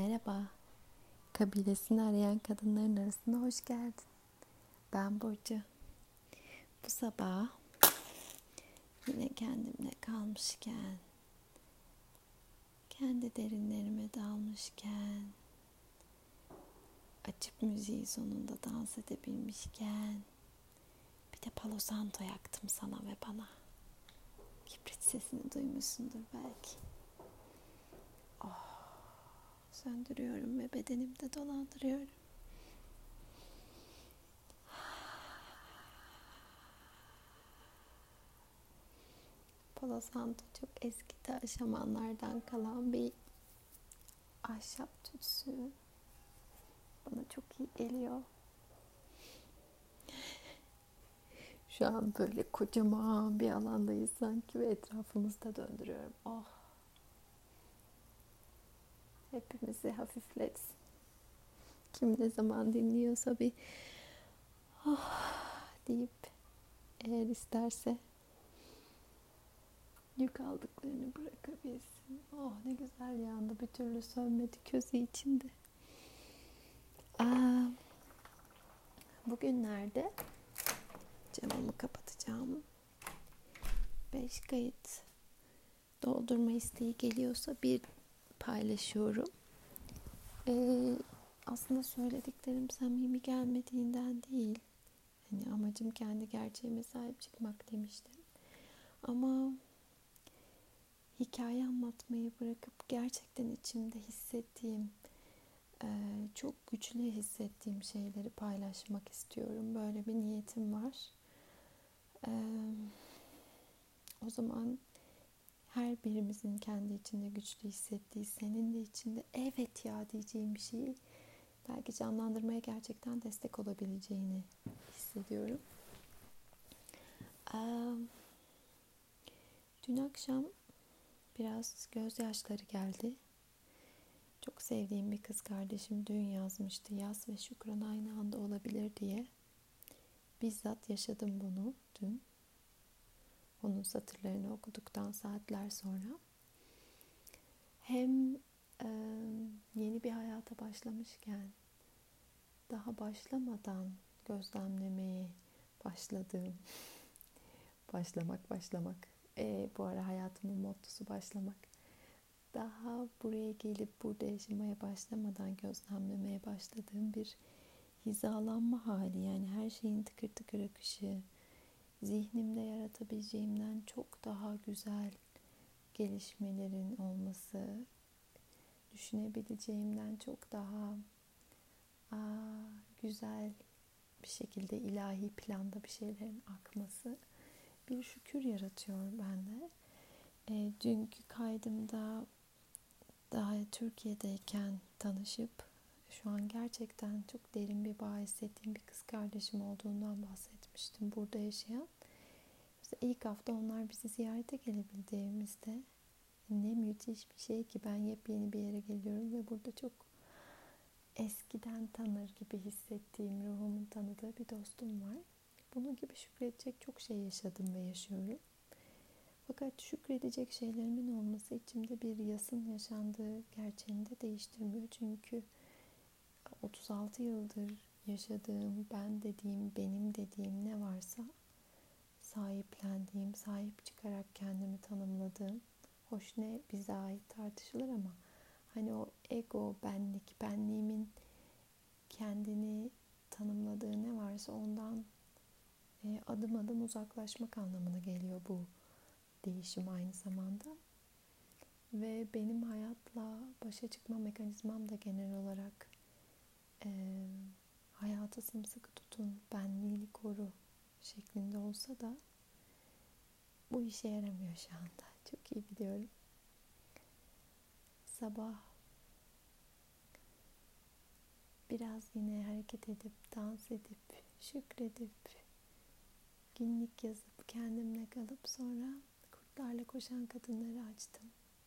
Merhaba, kabilesini arayan kadınların arasına hoş geldin. Ben Burcu. Bu sabah yine kendimle kalmışken, kendi derinlerime dalmışken, açıp müziği sonunda dans edebilmişken, bir de Palo Santo yaktım sana ve bana. Kibrit sesini duymuşsundur belki. Söndürüyorum ve bedenimde dolandırıyorum. Palo Santo çok eski şamanlardan kalan bir ahşap tütsü. Bana çok iyi geliyor. Şu an böyle kocaman bir alandayız sanki ve etrafımızda döndürüyorum. Oh, hepimizi hafifletsin. Kim ne zaman dinliyorsa bir oh deyip eğer isterse yük aldıklarını bırakabilsin. Oh ne güzel yandı, bir türlü sönmedi közü içinde. Bugünlerde camımı kapatacağım. 5 kayıt doldurma isteği geliyorsa bir paylaşıyorum. Aslında söylediklerim samimi gelmediğinden değil. Hani amacım kendi gerçeğime sahip çıkmak demiştim. Ama hikaye anlatmayı bırakıp gerçekten içimde hissettiğim, çok güçlü hissettiğim şeyleri paylaşmak istiyorum. Böyle bir niyetim var. O zaman her birimizin kendi içinde güçlü hissettiği, senin de içinde evet ya diyeceğim bir şeyi belki canlandırmaya gerçekten destek olabileceğini hissediyorum. Dün akşam biraz gözyaşları geldi. Çok sevdiğim bir kız kardeşim dün yazmıştı. Yas ve şükran aynı anda olabilir diye. Bizzat yaşadım bunu dün. Onun satırlarını okuduktan saatler sonra. Hem yeni bir hayata başlamışken, daha başlamadan gözlemlemeye başladığım, başlamak. Bu ara hayatımın mottosu başlamak. Daha buraya gelip burada yaşamaya başlamadan gözlemlemeye başladığım bir hizalanma hali. Yani her şeyin tıkır tıkır akışı, zihnimde yaratabileceğimden çok daha güzel gelişmelerin olması, düşünebileceğimden çok daha güzel bir şekilde ilahi planda bir şeylerin akması bir şükür yaratıyor bende. Dünkü kaydımda daha Türkiye'deyken tanışıp şu an gerçekten çok derin bir bağ hissettiğim bir kız kardeşim olduğundan bahsetmiştim burada yaşayan. İşte ilk hafta onlar bizi ziyarete gelebildiğimizde ne müthiş bir şey ki ben yepyeni bir yere geliyorum ve burada çok eskiden tanır gibi hissettiğim, ruhumun tanıdığı bir dostum var. Bunun gibi şükredecek çok şey yaşadım ve yaşıyorum. Fakat şükredecek şeylerimin olması içimde bir yasın yaşandığı gerçeğini de değiştirmiyor. Çünkü 36 yıldır yaşadığım, ben dediğim, benim dediğim ne varsa sahiplendiğim, sahip çıkarak kendimi tanımladığım, hoş ne bize ait tartışılır ama hani o ego, benliğimin kendini tanımladığı ne varsa ondan adım adım uzaklaşmak anlamına geliyor bu değişim aynı zamanda. Ve benim hayatla başa çıkma mekanizmam da genel olarak hayatı sımsıkı tutun, benliğini koru şeklinde olsa da bu işe yaramıyor şu anda. Çok iyi biliyorum. Sabah biraz yine hareket edip, dans edip, şükredip, günlük yazıp, kendimle kalıp sonra Kurtlarla Koşan Kadınları açtım.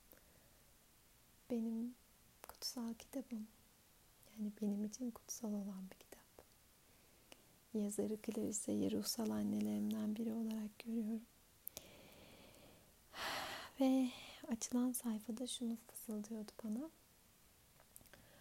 Benim kutsal kitabım. Yani benim için kutsal olan bir kitap. Yazarı Clarice'yi ruhsal annelerimden biri olarak görüyorum. Ve açılan sayfada şunu fısıldıyordu bana.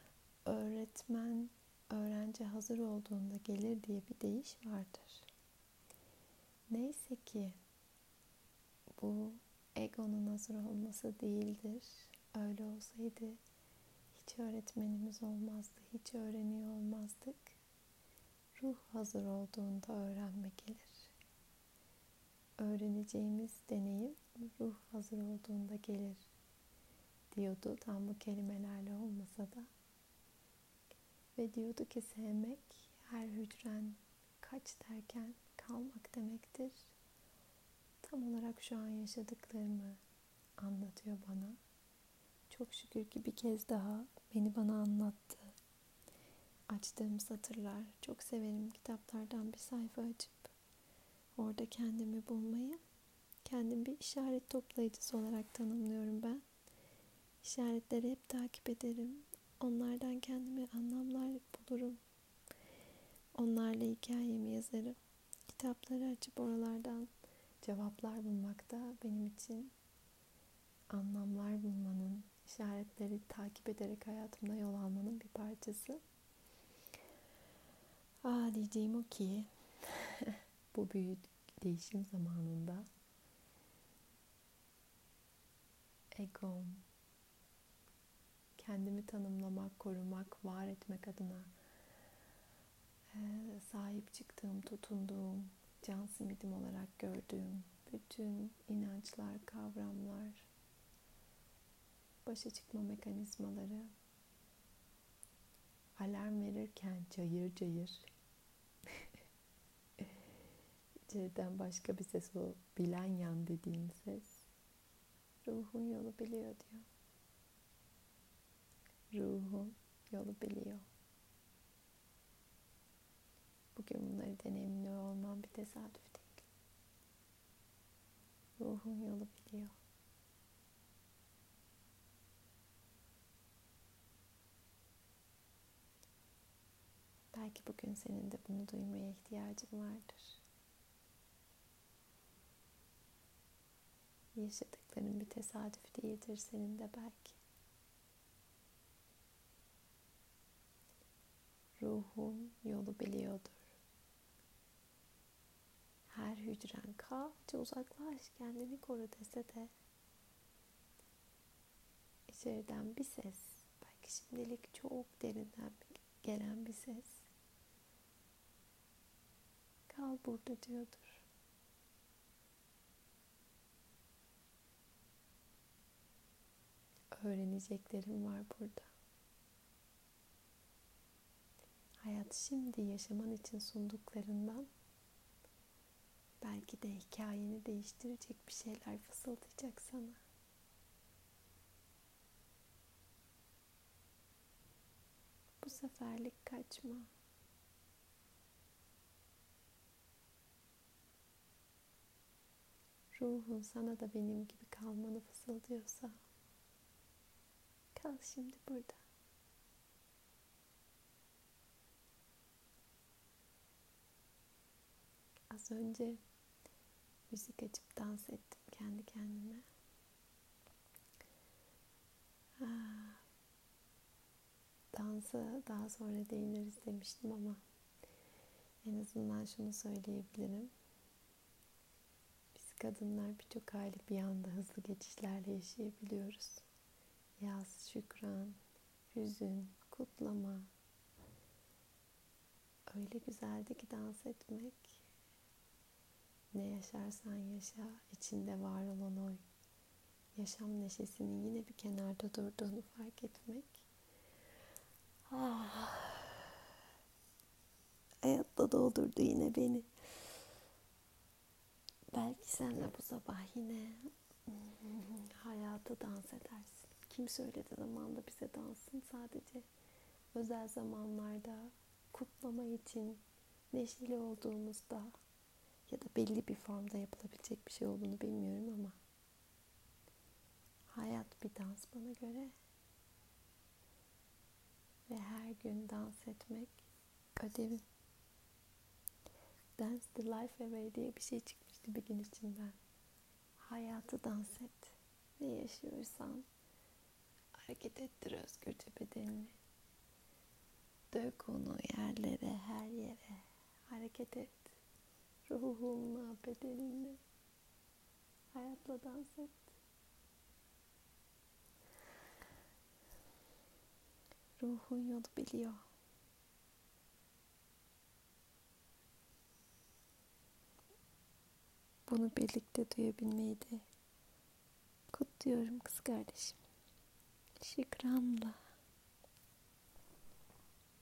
öğretmen öğrenci hazır olduğunda gelir diye bir deyiş vardır. Neyse ki bu egonun hazır olması değildir. Öyle olsaydı hiç öğretmenimiz olmazdı, hiç öğreniyor olmazdık. Ruh hazır olduğunda öğrenme gelir. Öğreneceğimiz deneyim ruh hazır olduğunda gelir diyordu. Tam bu kelimelerle olmasa da. Ve diyordu ki sevmek her hücren kaç derken kalmak demektir. Tam olarak şu an yaşadıklarımı anlatıyor bana. Çok şükür ki bir kez daha beni bana anlattı. Açtığım satırlar, çok severim kitaplardan bir sayfa açıp orada kendimi bulmayı. Kendim bir işaret toplayıcısı olarak tanımlıyorum ben. İşaretleri hep takip ederim. Onlardan kendime anlamlar bulurum. Onlarla hikayemi yazarım. Kitapları açıp oralardan cevaplar bulmak da benim için anlamlar bulmanın, işaretleri takip ederek hayatımda yol almanın bir parçası. Diyeceğim o ki bu büyük değişim zamanında egom, kendimi tanımlamak, korumak, var etmek adına sahip çıktığım, tutunduğum, can simidim olarak gördüğüm bütün inançlar, kavramlar, başa çıkma mekanizmaları alarm verirken cayır cayır içeriden başka bir ses, o bilen yan dediğim ses, ruhun yolu biliyor diyor. Ruhun yolu biliyor. Bugün bunları deneyimliyor olmam bir tesadüf değil. Ruhun yolu biliyor. Belki bugün senin de bunu duymaya ihtiyacın vardır. Yaşadıkların bir tesadüf değildir senin de belki. Ruhun yolu biliyordur. Her hücren kaç uzaklaş, kendini koru dese de içeriden bir ses, belki şimdilik çok derinden gelen bir ses, kal burada diyordur. Öğreneceklerim var burada. Hayat şimdi yaşaman için sunduklarından belki de hikayeni değiştirecek bir şeyler fısıldayacak sana. Bu seferlik kaçma. Ruhun sana da benim gibi kalmanı fısıldıyorsa kal şimdi burada. Az önce müzik açıp dans ettim kendi kendime. Dansa daha sonra değiniriz demiştim ama en azından şunu söyleyebilirim. Biz kadınlar birçok hali bir anda hızlı geçişlerle yaşayabiliyoruz. Yaz, şükran, hüzün, kutlama. Öyle güzeldi ki dans etmek. Ne yaşarsan yaşa, içinde var olan o yaşam neşesinin yine bir kenarda durduğunu fark etmek. Hayatta doldurdu yine beni. Belki sen de bu sabah yine hayata dans edersin. Kim söyledi zamanda bize dansın? Sadece özel zamanlarda, kutlama için neşeli olduğumuzda ya da belli bir formda yapılabilecek bir şey olduğunu bilmiyorum ama hayat bir dans bana göre ve her gün dans etmek ödevim. Dance the Life Away diye bir şey çıkmıştı bir gün içinden. Hayatı dans et ve yaşıyorsan hareket ettir özgürce bedenini. Dök onu yerlere, her yere. Hareket et. Ruhunla, bedeninle. Hayatla dans et. Ruhun yolu biliyor. Bunu birlikte duyabilmeyi de kutluyorum kız kardeşim. Şükranla.